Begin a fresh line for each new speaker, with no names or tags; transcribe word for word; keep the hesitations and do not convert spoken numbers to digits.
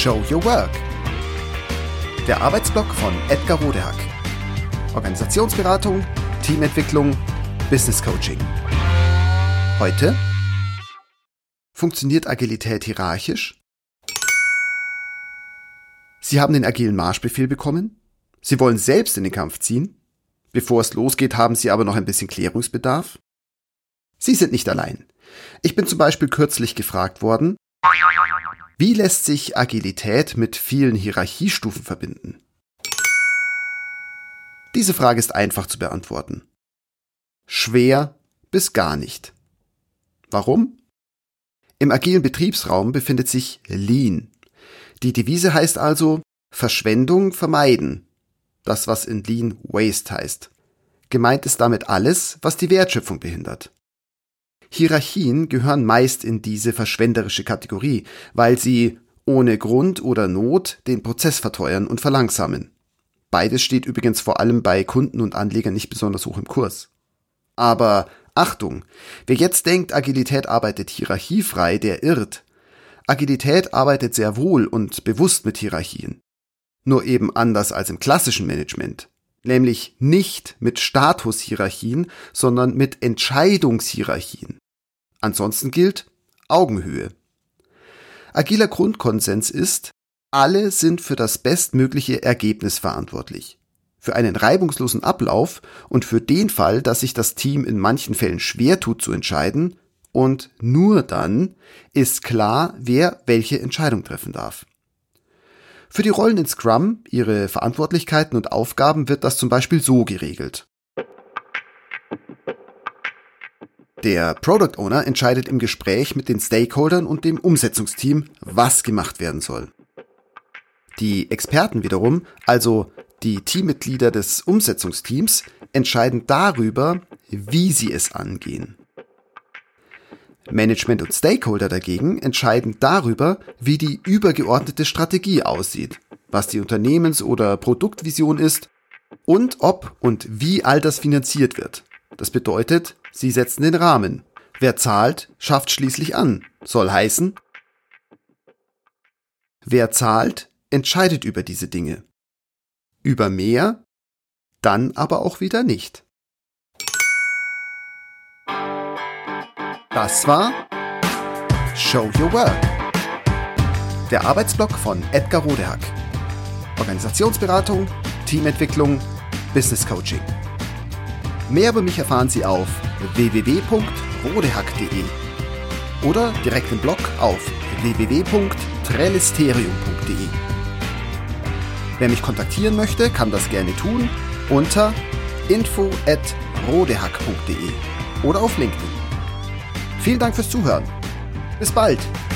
Show Your Work. Der Arbeitsblock von Edgar Rodehack. Organisationsberatung, Teamentwicklung, Business Coaching. Heute: Funktioniert Agilität hierarchisch? Sie haben den agilen Marschbefehl bekommen? Sie wollen selbst in den Kampf ziehen? Bevor es losgeht, haben Sie aber noch ein bisschen Klärungsbedarf? Sie sind nicht allein. Ich bin zum Beispiel kürzlich gefragt worden, wie lässt sich Agilität mit vielen Hierarchiestufen verbinden? Diese Frage ist einfach zu beantworten. Schwer bis gar nicht. Warum? Im agilen Betriebsraum befindet sich Lean. Die Devise heißt also Verschwendung vermeiden. Das, was in Lean Waste heißt. Gemeint ist damit alles, was die Wertschöpfung behindert. Hierarchien gehören meist in diese verschwenderische Kategorie, weil sie ohne Grund oder Not den Prozess verteuern und verlangsamen. Beides steht übrigens vor allem bei Kunden und Anlegern nicht besonders hoch im Kurs. Aber Achtung, wer jetzt denkt, Agilität arbeitet hierarchiefrei, der irrt. Agilität arbeitet sehr wohl und bewusst mit Hierarchien. Nur eben anders als im klassischen Management. Nämlich nicht mit Statushierarchien, sondern mit Entscheidungshierarchien. Ansonsten gilt Augenhöhe. Agiler Grundkonsens ist, alle sind für das bestmögliche Ergebnis verantwortlich. Für einen reibungslosen Ablauf und für den Fall, dass sich das Team in manchen Fällen schwer tut zu entscheiden, und nur dann ist klar, wer welche Entscheidung treffen darf. Für die Rollen in Scrum, ihre Verantwortlichkeiten und Aufgaben wird das zum Beispiel so geregelt. Der Product Owner entscheidet im Gespräch mit den Stakeholdern und dem Umsetzungsteam, was gemacht werden soll. Die Experten wiederum, also die Teammitglieder des Umsetzungsteams, entscheiden darüber, wie sie es angehen. Management und Stakeholder dagegen entscheiden darüber, wie die übergeordnete Strategie aussieht, was die Unternehmens- oder Produktvision ist und ob und wie all das finanziert wird. Das bedeutet, sie setzen den Rahmen. Wer zahlt, schafft schließlich an. Soll heißen, wer zahlt, entscheidet über diese Dinge. Über mehr, dann aber auch wieder nicht. Das war Show Your Work. Der Arbeitsblock von Edgar Rodehack. Organisationsberatung, Teamentwicklung, Business Coaching. Mehr über mich erfahren Sie auf w w w punkt rodehack punkt de oder direkt im Blog auf w w w punkt trellisterium punkt de. Wer mich kontaktieren möchte, kann das gerne tun unter info at rodehack punkt de oder auf LinkedIn. Vielen Dank fürs Zuhören. Bis bald.